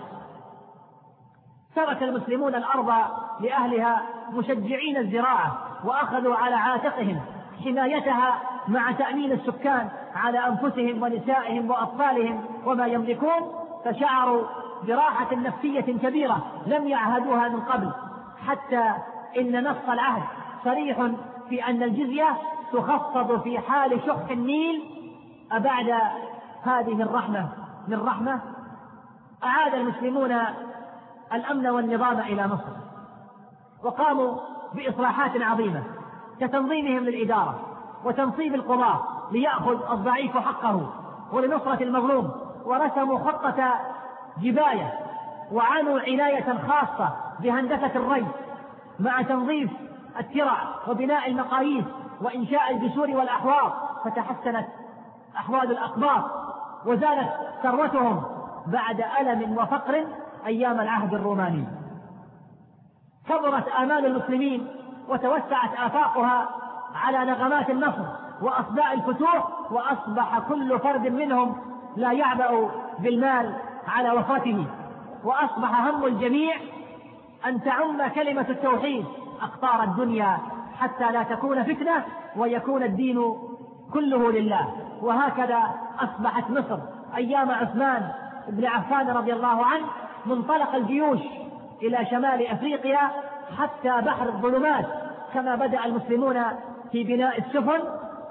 B: ترك المسلمون الأرض لأهلها مشجعين الزراعة، وأخذوا على عاتقهم حمايتها مع تأمين السكان على أنفسهم ونسائهم وأطفالهم وما يملكون، فشعروا براحة نفسية كبيرة لم يعهدوها من قبل، حتى إن نص العهد صريح في أن الجزية تخفض في حال شح النيل. أبعد هذه الرحمة من رحمة، أعاد المسلمون الأمن والنظام إلى مصر، وقاموا بإصلاحات عظيمة كتنظيمهم للإدارة وتنصيب القضاة ليأخذ الضعيف حقه ولنصرة المظلوم، ورسموا خطة جباية، وعنوا عناية خاصة بهندسة الري مع تنظيف الترع وبناء المقاييس وإنشاء الجسور والأحواض، فتحسنت أحوال الأقباط وزالت ثروتهم بعد ألم وفقر أيام العهد الروماني. كبرت آمال المسلمين وتوسعت آفاقها على نغمات النصر وأصداء الفتوح، وأصبح كل فرد منهم لا يعبأ بالمال على وفاته، وأصبح هم الجميع أن تعم كلمة التوحيد أقطار الدنيا حتى لا تكون فتنة ويكون الدين كله لله. وهكذا أصبحت مصر أيام عثمان بن عفان رضي الله عنه منطلق الجيوش إلى شمال أفريقيا حتى بحر الظلمات، كما بدأ المسلمون في بناء السفن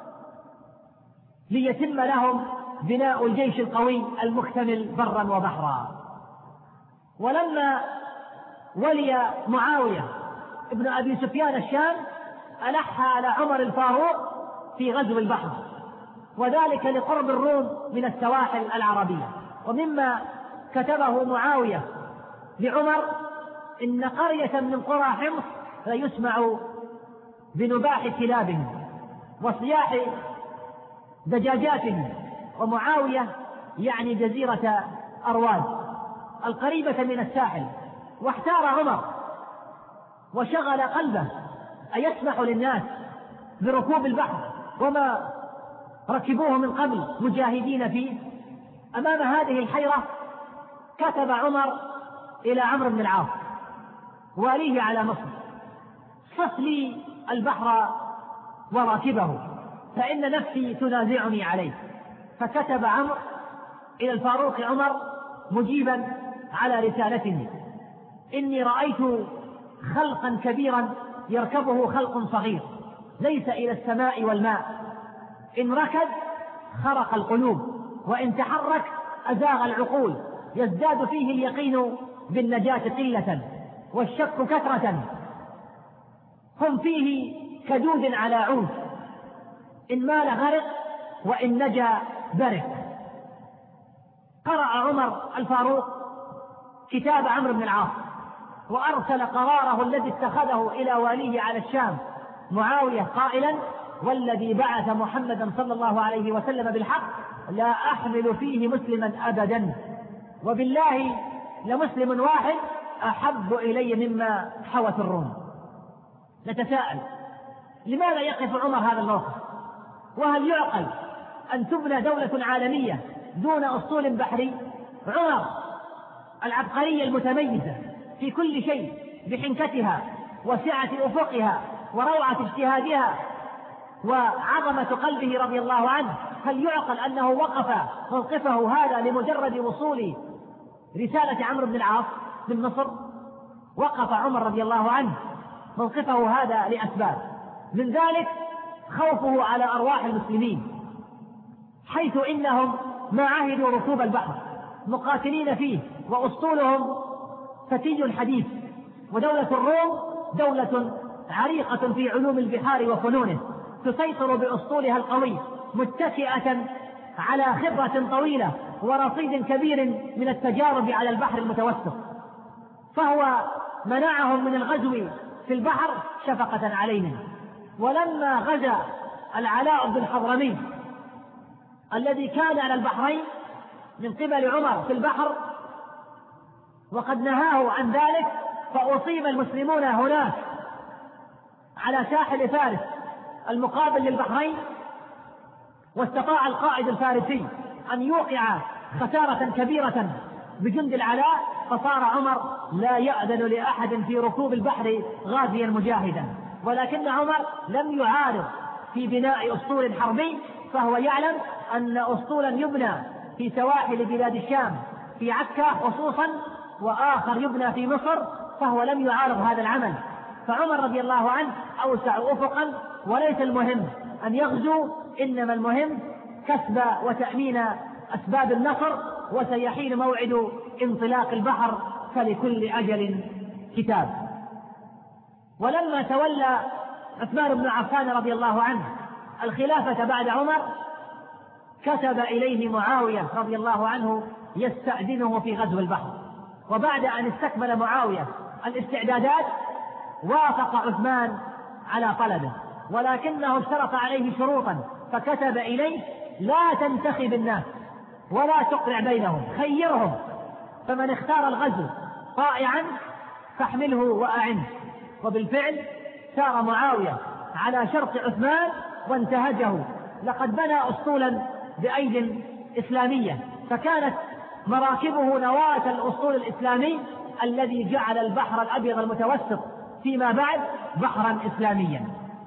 B: ليتم لهم بناء الجيش القوي المكتمل برا وبحرا. ولما ولي معاوية ابن أبي سفيان الشام ألح على عمر الفاروق في غزو البحر، وذلك لقرب الروم من السواحل العربية. ومما كتبه معاوية لعمر: إن قرية من قرى حمص ليسمع بنباح كلابهم وصياح دجاجاتهم. ومعاوية يعني جزيرة أرواد القريبة من الساحل. واحتار عمر وشغل قلبه أيسمح للناس بركوب البحر وما ركبوه من قبل مجاهدين فيه؟ أمام هذه الحيرة كتب عمر إلى عمرو بن العاص واليه على مصر: صف لي البحر وراكبه فإن نفسي تنازعني عليه. فكتب عمرو إلى الفاروق عمر مجيبا على رسالته: إني رأيت خلقا كبيرا يركبه خلق صغير ليس إلى السماء والماء، إن ركض خرق القلوب وإن تحرك أزاغ العقول، يزداد فيه اليقين بالنجاة قلة والشك كثرة، هم فيه كدود على عود، إن مال غرق وإن نجا برئ. قرأ عمر الفاروق كتاب عمرو بن العاص وأرسل قراره الذي اتخذه إلى واليه على الشام معاوية قائلا: والذي بعث محمدا صلى الله عليه وسلم بالحق لا أحمل فيه مسلما أبدا، وبالله لمسلم واحد أحب إلي مما حوت الروم. نتساءل لماذا يقف عمر هذا الموقف؟ وهل يعقل أن تبنى دولة عالمية دون أسطول بحري؟ عمر العبقرية المتميزة في كل شيء بحنكتها وسعة أفقها وروعة اجتهادها وعظمة قلبه رضي الله عنه، هل يعقل أنه وقف موقفه هذا لمجرد وصول رسالة عمرو بن العاص من مصر؟ وقف عمر رضي الله عنه موقفه هذا لأسباب، من ذلك خوفه على أرواح المسلمين، حيث إنهم ما عهدوا ركوب البحر مقاتلين فيه، وأسطولهم فتي حديث، ودولة الروم دولة عريقة في علوم البحار وفنونه، تسيطر بأسطولها القوي متكئة على خبرة طويلة ورصيد كبير من التجارب على البحر المتوسط، فهو منعهم من الغزو في البحر شفقة عليهم. ولما غزا العلاء بن الحضرمي الذي كان على البحرين من قبل عمر في البحر وقد نهاه عن ذلك، فأصيب المسلمون هناك على ساحل فارس المقابل للبحرين، واستطاع القائد الفارسي أن يوقع خسارة كبيرة بجند العلاء، فصار عمر لا يأذن لأحد في ركوب البحر غازيا مجاهدا. ولكن عمر لم يعارض في بناء أسطول حربي، فهو يعلم أن أسطولا يبنى في سواحل بلاد الشام في عكا خصوصا وآخر يبنى في مصر، فهو لم يعارض هذا العمل. فعمر رضي الله عنه أوسع أفقا، وليس المهم أن يغزو، إنما المهم كسب وتأمين أسباب النصر، وسيحين موعد انطلاق البحر، فلكل أجل كتاب. ولما تولى عثمان بن عفان رضي الله عنه الخلافة بعد عمر، كتب إليه معاوية رضي الله عنه يستأذنه في غزو البحر، وبعد أن استكمل معاوية الاستعدادات وافق عثمان على طلبه، ولكنه اشترط عليه شروطا، فكتب إليه: لا تنتخب الناس ولا تقرع بينهم، خيرهم، فمن اختار الغزو طائعا فاحمله وأعنه. وبالفعل سار معاوية على شرط عثمان وانتهجه، لقد بنى أسطولا بأيد إسلامية، فكانت مراكبه نواة الأسطول الإسلامي الذي جعل البحر الأبيض المتوسط فيما بعد بحرا إسلاميا.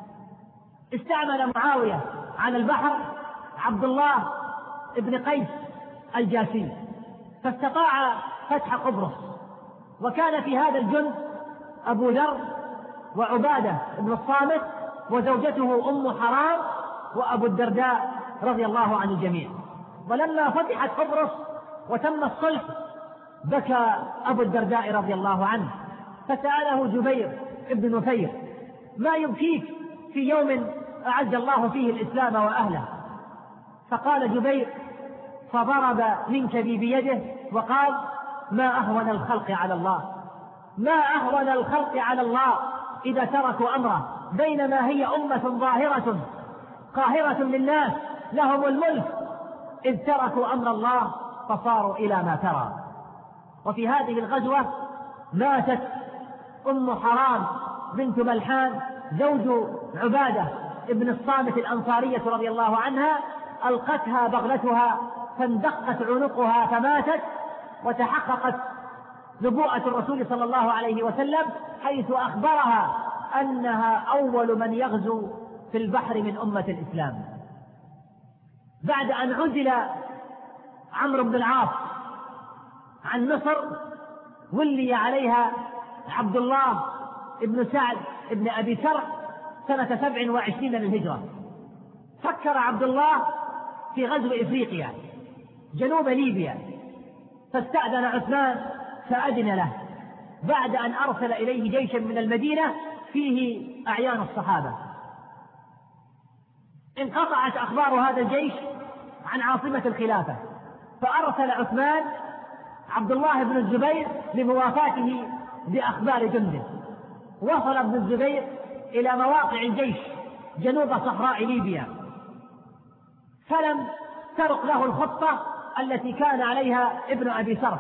B: استعمل معاوية على البحر عبد الله ابن قيس الجاسي، فاستطاع فتح قبرص، وكان في هذا الجند أبو ذر وعبادة بن الصامت وزوجته أم حرام وأبو الدرداء رضي الله عن الجميع. ولما فتحت قبرص وتم الصلح بكى أبو الدرداء رضي الله عنه، فسأله جبير ابن نفير: ما يبكيك في يوم أعز الله فيه الإسلام وأهله؟ فقال جبير: فضرب منكبي بيده وقال: ما أهون الخلق على الله، ما أهون الخلق على الله إذا تركوا أمره، بينما هي أمة ظاهرة قاهرة للناس لهم الملك، إذ تركوا أمر الله فصاروا إلى ما ترى. وفي هذه الغزوة ماتت أم حرام بنت ملحان زوج عبادة ابن الصامت الأنصارية رضي الله عنها، ألقتها بغلتها فاندقت عنقها فماتت، وتحققت نبوءة الرسول صلى الله عليه وسلم حيث أخبرها أنها أول من يغزو في البحر من أمة الإسلام. بعد أن عزل عمرو بن العاص عن مصر، ولي عليها عبد الله بن سعد بن أبي سرح سنة 27 للهجرة. فكر عبد الله في غزو إفريقيا جنوب ليبيا، فاستأذن عثمان فأذن له، بعد أن أرسل إليه جيشا من المدينة فيه أعيان الصحابة. انقطعت أخبار هذا الجيش عن عاصمة الخلافة، فأرسل عثمان عبد الله بن الزبير لموافاته بأخبار جنده. وصل ابن الزبير إلى مواقع الجيش جنوب صحراء ليبيا، فلم ترق له الخطة التي كان عليها ابن أبي سرح،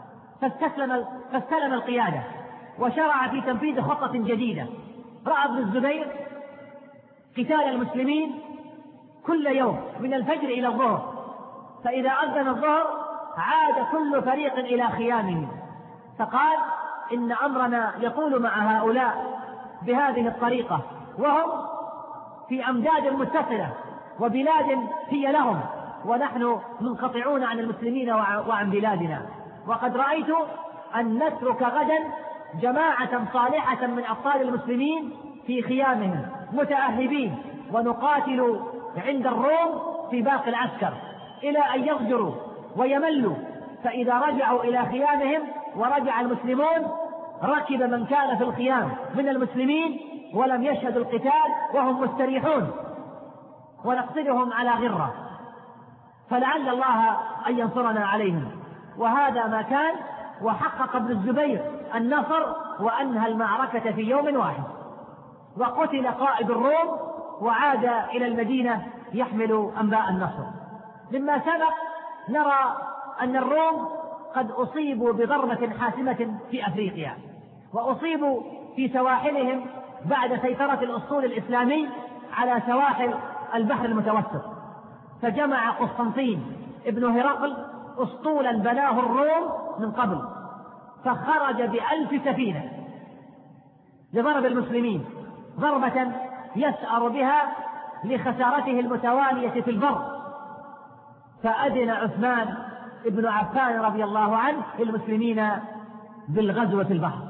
B: فاستلم القيادة وشرع في تنفيذ خطة جديدة. رأى ابن الزبير قتال المسلمين كل يوم من الفجر إلى الظهر، فإذا أذن الظهر عاد كل فريق إلى خيامه، فقال إن أمرنا يطول مع هؤلاء بهذه الطريقة، وهم في أمداد متصلة وبلاد هي لهم، ونحن منقطعون عن المسلمين وعن بلادنا. وقد رأيت أن نترك غدا جماعة صالحة من أبطال المسلمين في خيامهم متأهبين، ونقاتل عند الروم في باقي العسكر إلى أن يضجروا ويملوا، فإذا رجعوا إلى خيامهم ورجع المسلمون ركب من كان في الخيام من المسلمين ولم يشهدوا القتال وهم مستريحون، ونقتلهم على غرة، فلعل الله أن ينصرنا عليهم. وهذا ما كان، وحقق ابن الزبير النصر وأنهى المعركة في يوم واحد، وقتل قائد الروم وعاد إلى المدينة يحمل أنباء النصر. مما سبق نرى أن الروم قد أصيبوا بضربة حاسمة في أفريقيا، وأصيبوا في سواحلهم بعد سيطرة الأسطول الإسلامي على سواحل البحر المتوسط، فجمع قسطنطين ابن هرقل أسطولا بناه الروم من قبل، فخرج ب1000 سفينة لضرب المسلمين ضربة يسأر بها لخسارته المتوالية في البر. فأذن عثمان ابن عفان رضي الله عنه للمسلمين بالغزو في البحر،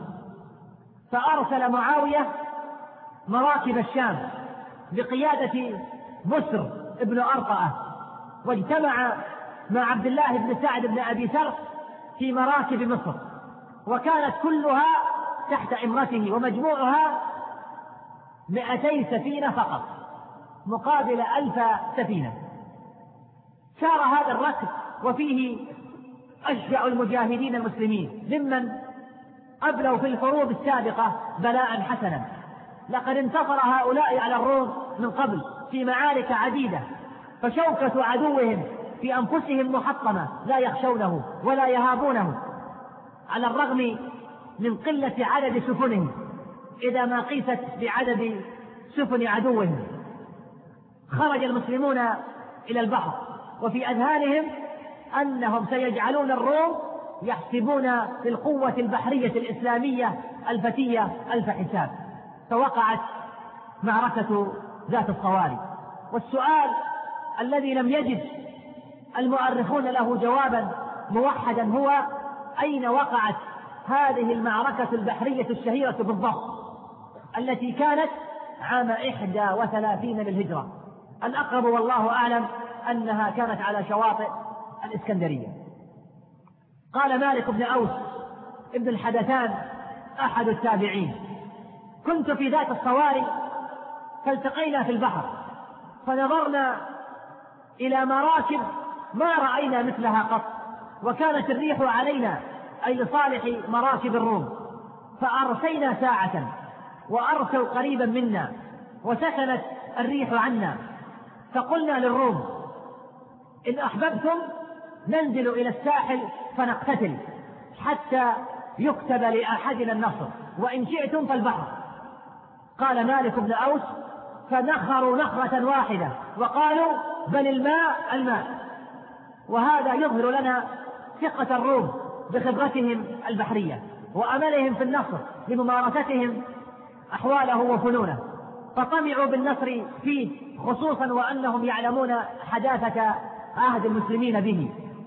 B: فأرسل معاوية مراكب الشام بقيادة بسر ابن أرطأة، واجتمع مع عبد الله بن سعد بن أبي سرح في مراكب مصر، وكانت كلها تحت إمرته، ومجموعها 200 سفينة فقط مقابل 1000 سفينة. سار هذا الركب وفيه أشجع المجاهدين المسلمين ممن أبلوا في الحروب السابقة بلاء حسنا. لقد انتصر هؤلاء على الروم من قبل في معارك عديدة، فشوكة عدوهم في أنفسهم محطمة لا يخشونه ولا يهابونه، على الرغم من قلة عدد سفنهم إذا ما قيست بعدد سفن عدوهم. خرج المسلمون إلى البحر وفي أذهانهم أنهم سيجعلون الروم يحسبون للقوة البحرية الإسلامية الفتية 1000 حساب، فوقعت معركة ذات الصواري. والسؤال الذي لم يجد المؤرخون له جوابا موحدا هو: أين وقعت هذه المعركة البحرية الشهيرة بالضبط التي كانت عام 31 للهجرة؟ الأقرب والله أعلم أنها كانت على شواطئ الإسكندرية. قال مالك بن أوس ابن الحدثان أحد التابعين: كنت في ذات الصواري فالتقينا في البحر، فنظرنا إلى مراكب ما رأينا مثلها قط، وكانت الريح علينا أي لصالح مراكب الروم، فأرسينا ساعة وأرسوا قريبا منا وسكنت الريح عنا، فقلنا للروم: إن أحببتم ننزل إلى الساحل فنقتتل حتى يكتب لأحدنا النصر، وإن شئتم فالبحر. قال مالك بن أوس: فنخروا نخرة واحدة وقالوا: بل الماء الماء. وهذا يظهر لنا ثقة الروم بخبرتهم البحرية وأملهم في النصر لممارستهم أحواله وفنونه، فطمعوا بالنصر فيه، خصوصا وأنهم يعلمون حداثة عهد المسلمين به.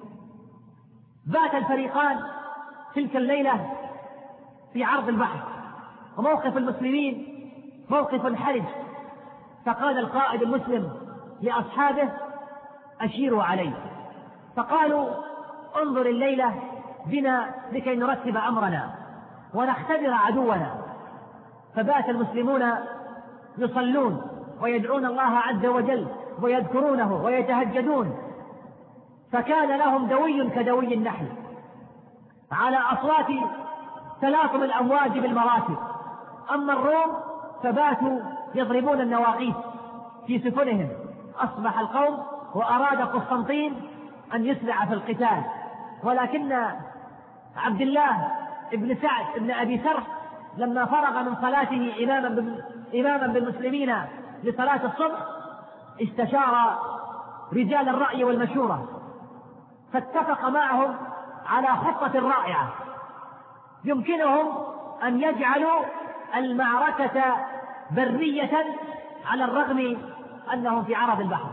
B: بات الفريقان تلك الليلة في عرض البحر، وموقف المسلمين موقف حرج، فقال القائد المسلم لأصحابه: أشيروا عليه. فقالوا: انظر الليلة بنا لكي نرتب أمرنا ونختبر عدونا. فبات المسلمون يصلون ويدعون الله عز وجل ويذكرونه ويتهجدون، فكان لهم دوي كدوي النحل على أصوات تلاطم الأمواج بالمراكب. أما الروم فباتوا يضربون النواقيس في سفنهم. أصبح القوم وأراد قسطنطين أن يسرع في القتال، ولكن عبد الله بن سعد بن أبي سرح لما فرغ من صلاته إماما بالمسلمين لصلاة الصبح استشار رجال الرأي والمشورة، فاتفق معهم على خطة رائعة يمكنهم أن يجعلوا المعركة برية على الرغم أنهم في عرض البحر.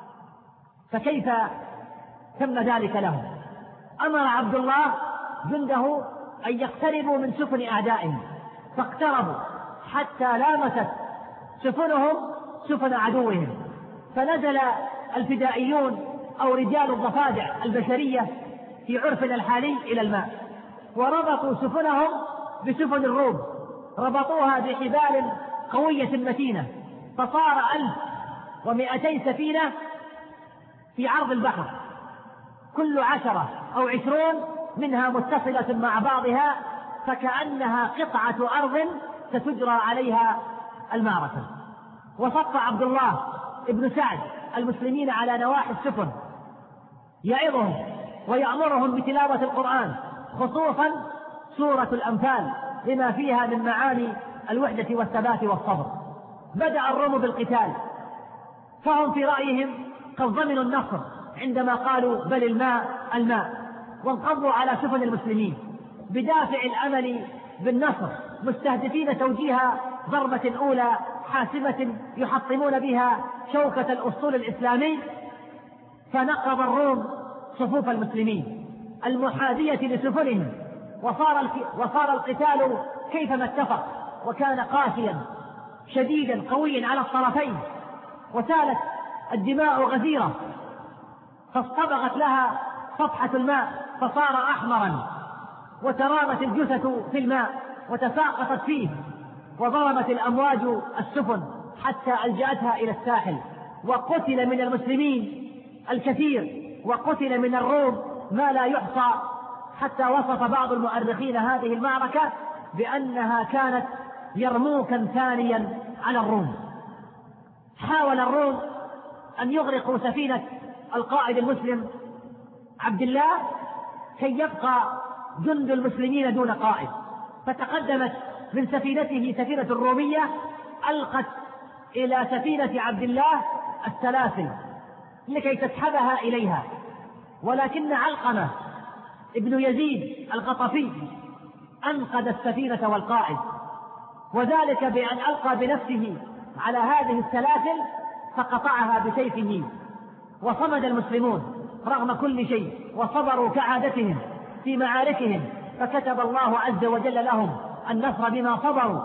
B: فكيف تم ذلك لهم؟ أمر عبد الله جنده أن يقتربوا من سفن أعدائهم، فاقتربوا حتى لامست سفنهم سفن عدوهم، فنزل الفدائيون أو رجال الضفادع البشرية في عرفنا الحالي إلى الماء، وربطوا سفنهم بسفن الروم، ربطوها بحبال قوية متينة، فصار 1200 سفينة في عرض البحر، كل 10 أو 20 منها متصلة مع بعضها، فكأنها قطعة أرض ستجرى عليها المعركة. وصف عبد الله ابن سعد المسلمين على نواحي السفن يعظهم ويأمرهم بتلاوة القرآن، خصوصا سورة الأنفال لما فيها من معاني الوحدة والثبات والصبر. بدأ الروم بالقتال، فهم في رأيهم قد ضمنوا النصر عندما قالوا بل الماء، وانقضوا على سفن المسلمين بدافع الأمل بالنصر، مستهدفين توجيه ضربة أولى حاسمة يحطمون بها شوكة الأسطول الإسلامي. فنقض الروم صفوف المسلمين المحاذية لسفنهم، وصار القتال كيفما اتفق، وكان قاسيا شديدا قويا على الطرفين، وسالت الدماء غزيرة، فاصطبغت لها صفحة الماء فصار أحمرا، وترامت الجثث في الماء وتساقطت فيه، وضرمت الأمواج السفن حتى ألجأتها إلى الساحل، وقتل من المسلمين الكثير وقتل من الروم ما لا يحصى، حتى وصف بعض المؤرخين هذه المعركة بأنها كانت يرموكا ثانيا على الروم. حاول الروم أن يغرقوا سفينة القائد المسلم عبد الله كي يبقى جند المسلمين دون قائد، فتقدمت من سفينته سفينة رومية ألقت إلى سفينة عبد الله السلاسل لكي تسحبها إليها، ولكن علقمة ابن يزيد الغطفي أنقذ السفينة والقائد، وذلك بأن ألقى بنفسه على هذه السلاسل فقطعها بسيفه. وصمد المسلمون رغم كل شيء وصبروا كعادتهم في معاركهم، فكتب الله عز وجل لهم النصر بما صبروا،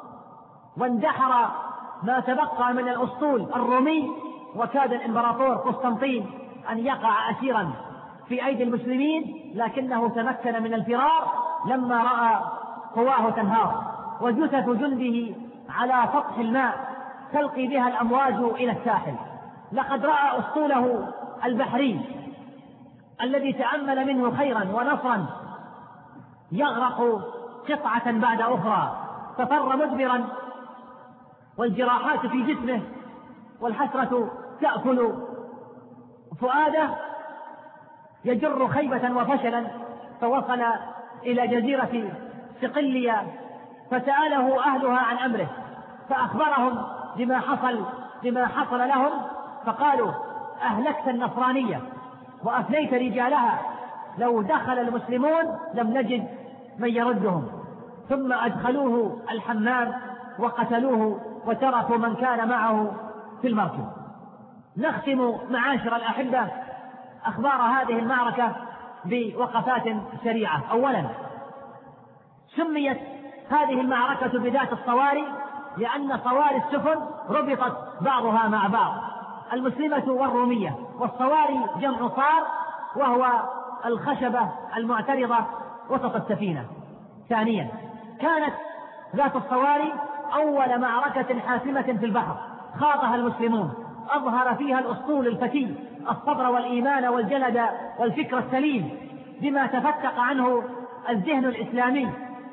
B: واندحر ما تبقى من الأسطول الرومي، وكاد الإمبراطور قسطنطين أن يقع أسيرا في أيدي المسلمين، لكنه تمكن من الفرار لما رأى قواه تنهار، وجثث جنده على سطح الماء تلقي بها الأمواج إلى الساحل. لقد رأى أسطوله البحري الذي تأمل منه خيرا ونصرا يغرق قطعة بعد أخرى، ففر مدبرا، والجراحات في جسمه والحسرة تأكل فؤاده، يجر خيبة وفشلا، فوصل إلى جزيرة صقلية فسأله أهلها عن أمره، فأخبرهم بما حصل لهم، فقالوا أهلكت النصرانية وأفنيت رجالها، لو دخل المسلمون لم نجد من يردهم. ثم أدخلوه الحمام وقتلوه وتركوا من كان معه في المركب. نختم معاشر الأحبة أخبار هذه المعركة بوقفات سريعة. أولا، سميت هذه المعركة بذات الصواري لأن صواري السفن ربطت بعضها مع بعض، المسلمة والرومية، والصواري جمع صار وهو الخشبة المعترضة وسط السفينة. ثانيا، كانت ذات الصواري أول معركة حاسمة في البحر خاضها المسلمون، أظهر فيها الأسطول الفتي الصبر والإيمان والجلد والفكر السليم بما تفتق عنه الذهن الإسلامي،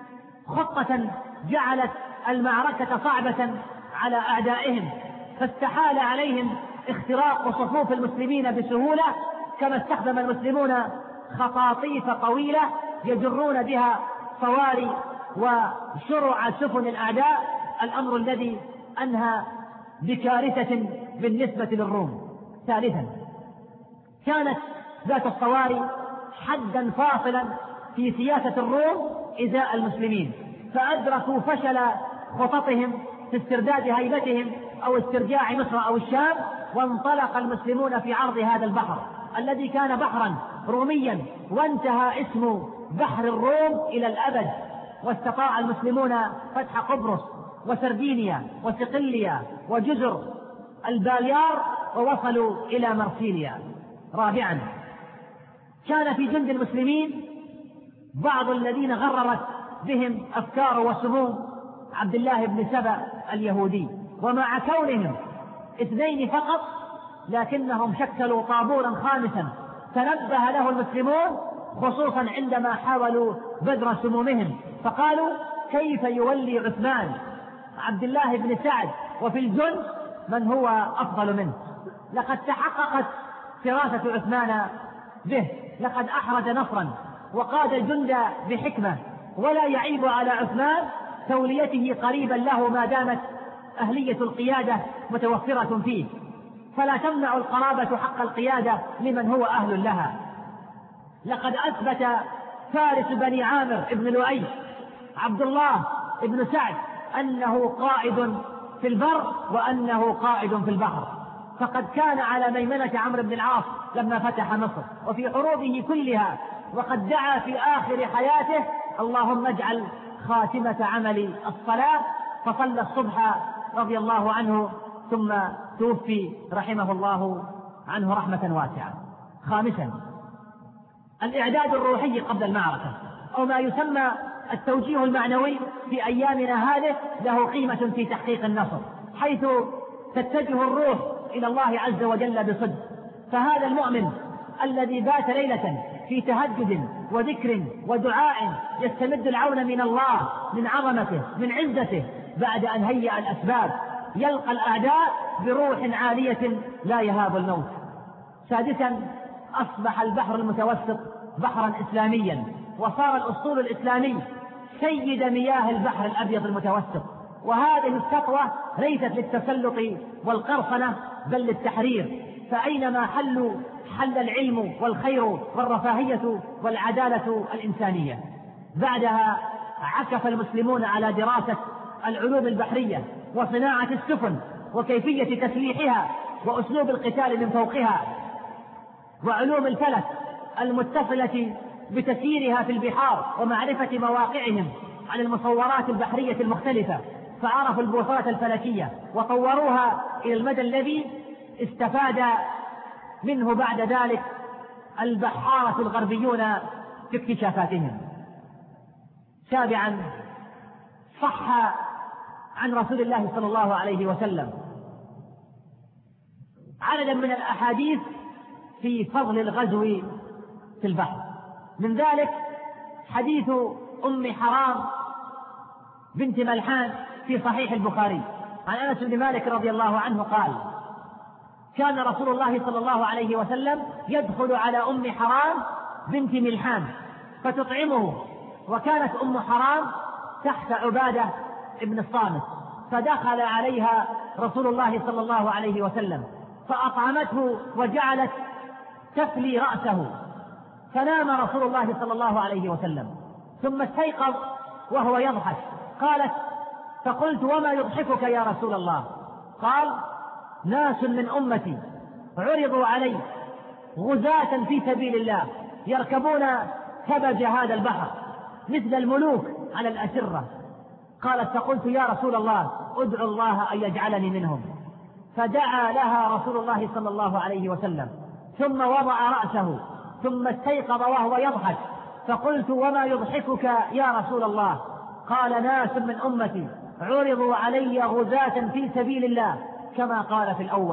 B: خطة جعلت المعركة صعبة على أعدائهم، فاستحال عليهم اختراق صفوف المسلمين بسهولة، كما استخدم المسلمون خطاطيف طويلة يجرون بها صواري وشرع سفن الأعداء، الأمر الذي أنهى بكارثة بالنسبة للروم. ثالثا، كانت ذات الصواري حدا فاصلا في سياسة الروم إزاء المسلمين، فأدركوا فشل خططهم في استرداد هيبتهم أو استرجاع مصر أو الشام، وانطلق المسلمون في عرض هذا البحر الذي كان بحرا روميا، وانتهى اسم بحر الروم إلى الأبد. واستطاع المسلمون فتح قبرص وسردينيا وصقلية وجزر الباليار ووصلوا إلى مرسيليا. رابعا، كان في جند المسلمين بعض الذين غررت بهم أفكار وسموم عبد الله بن سبأ اليهودي، ومع كونهم 2 فقط لكنهم شكلوا طابورا خامسا تنبه له المسلمون، خصوصا عندما حاولوا بذر سمومهم، فقالوا: كيف يولي عثمان عبد الله بن سعد وفي الجند من هو أفضل منه؟ لقد تحققت فراسة عثمان به، لقد أحرز نصرا وقاد الجند بحكمة، ولا يعيب على عثمان توليته قريبا له ما دامت أهلية القيادة متوفرة فيه، فلا تمنع القرابة حق القيادة لمن هو أهل لها. لقد أثبت فارس بني عامر ابن لؤي عبد الله ابن سعد أنه قائد في البر وأنه قائد في البحر، فقد كان على ميمنة عمرو بن العاص لما فتح مصر وفي حروبه كلها، وقد دعا في آخر حياته: اللهم اجعل خاتمة عمل الصلاة، فصلى الصبح رضي الله عنه ثم توفي رحمه الله عنه رحمة واسعة. خامسا، الإعداد الروحي قبل المعركة، أو ما يسمى التوجيه المعنوي في أيامنا هذه، له قيمة في تحقيق النصر، حيث تتجه الروح إلى الله عز وجل بصدق. فهذا المؤمن الذي بات ليلة في تهجد وذكر ودعاء يستمد العون من الله، من عظمته، من عزته، بعد أن هيأ الأسباب، يلقى الأعداء بروح عالية لا يهاب الموت. سادسا، أصبح البحر المتوسط بحرا إسلاميا، وصار الأسطول الإسلامي سيد مياه البحر الأبيض المتوسط. وهذه السطوة ليست للتسلط والقرصنة بل للتحرير، فأينما حل العلم والخير والرفاهية والعدالة الإنسانية. بعدها عكف المسلمون على دراسة العلوم البحرية وصناعة السفن وكيفية تسليحها وأسلوب القتال من فوقها، وعلوم الفلك المتصلة بتسييرها في البحار ومعرفة مواقعهم على المصورات البحرية المختلفة، فعرفوا البوصلة الفلكية وطوروها إلى المدى الذي استفاد منه بعد ذلك البحارة الغربيون في اكتشافاتهم. سابعا، صح عن رسول الله صلى الله عليه وسلم عددا من الأحاديث في فضل الغزو في البحر، من ذلك حديث أم حرام بنت ملحان في صحيح البخاري عن أنس بن مالك رضي الله عنه قال: كان رسول الله صلى الله عليه وسلم يدخل على أم حرام بنت ملحان فتطعمه، وكانت أم حرام تحت عبادة ابن الصامت، فدخل عليها رسول الله صلى الله عليه وسلم فأطعمته وجعلت تفلي رأسه، فنام رسول الله صلى الله عليه وسلم ثم استيقظ وهو يضحك. قالت: فقلت: وما يضحكك يا رسول الله؟ قال: ناس من أمتي عرضوا علي غزاة في سبيل الله يركبون كبج هذا البحر مثل الملوك على الأسرة. قالت: فقلت: يا رسول الله ادعو الله أن يجعلني منهم. فدعا لها رسول الله صلى الله عليه وسلم ثم وضع رأسه ثم استيقظ وهو يضحك. فقلت: وما يضحكك يا رسول الله؟ قال: ناس من أمتي عرضوا علي غزاة في سبيل الله كما قال في الأول.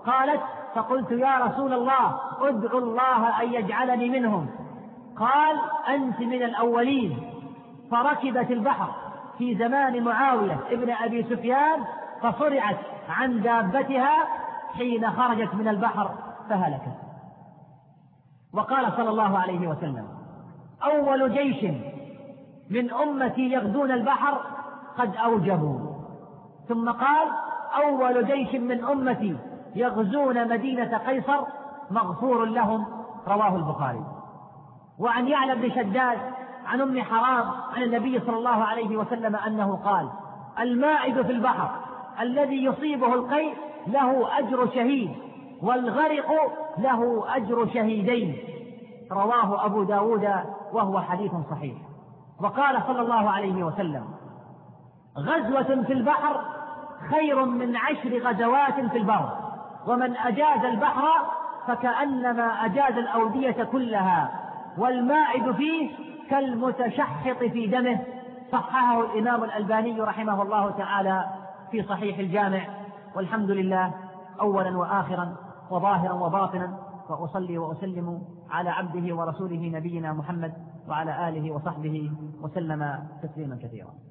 B: قالت: فقلت: يا رسول الله ادعو الله أن يجعلني منهم. قال: أنت من الأولين. فركبت البحر في زمان معاوية ابن أبي سفيان، فصرعت عن دابتها حين خرجت من البحر فهلكت. وقال صلى الله عليه وسلم: أول جيش من أمتي يغزون البحر قد أوجبوا. ثم قال: أول جيش من أمتي يغزون مدينة قيصر مغفور لهم. رواه البخاري. وعن يعلى بن شداد عن أم حرام عن النبي صلى الله عليه وسلم أنه قال: المائد في البحر الذي يصيبه القيء له أجر شهيد، والغرق له أجر شهيدين. رواه أبو داود وهو حديث صحيح. وقال صلى الله عليه وسلم: غزوة في البحر خير من 10 غزوات في البر، ومن أجاز البحر فكأنما أجاز الأودية كلها، والمائد فيه كالمتشحط في دمه. صححه الإمام الألباني رحمه الله تعالى في صحيح الجامع. والحمد لله أولا وآخرا وظاهرا وباطنا، وأصلي وأسلم على عبده ورسوله نبينا محمد وعلى آله وصحبه وسلم تسليما كثيرا.